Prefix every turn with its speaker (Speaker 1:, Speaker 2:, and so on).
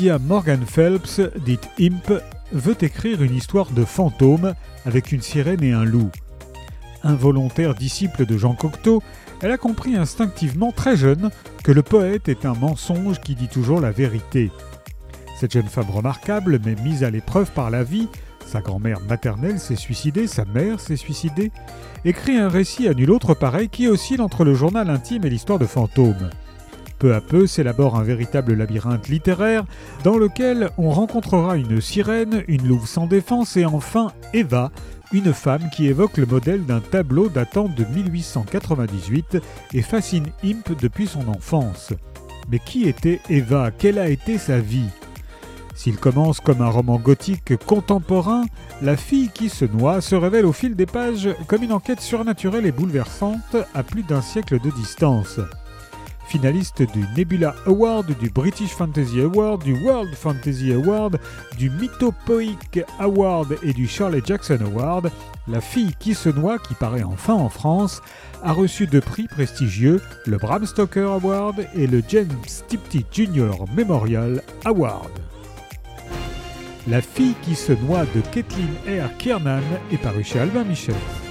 Speaker 1: Lydia Morgan Phelps, dite Imp, veut écrire une histoire de fantôme avec une sirène et un loup. Involontaire disciple de Jean Cocteau, elle a compris instinctivement très jeune que le poète est un mensonge qui dit toujours la vérité. Cette jeune femme remarquable, mais mise à l'épreuve par la vie, sa grand-mère maternelle s'est suicidée, sa mère s'est suicidée, écrit un récit à nul autre pareil qui oscille entre le journal intime et l'histoire de fantômes. Peu à peu s'élabore un véritable labyrinthe littéraire dans lequel on rencontrera une sirène, une louve sans défense et enfin Eva, une femme qui évoque le modèle d'un tableau datant de 1898 et fascine Imp depuis son enfance. Mais qui était Eva ? Quelle a été sa vie ? S'il commence comme un roman gothique contemporain, La fille qui se noie se révèle au fil des pages comme une enquête surnaturelle et bouleversante à plus d'un siècle de distance. Finaliste du Nebula Award, du British Fantasy Award, du World Fantasy Award, du Mythopoeic Award et du Shirley Jackson Award, La fille qui se noie, qui paraît enfin en France, a reçu 2 prix prestigieux, le Bram Stoker Award et le James Tiptree Jr. Memorial Award. La fille qui se noie de Kathleen R. Kiernan est parue chez Albin Michel.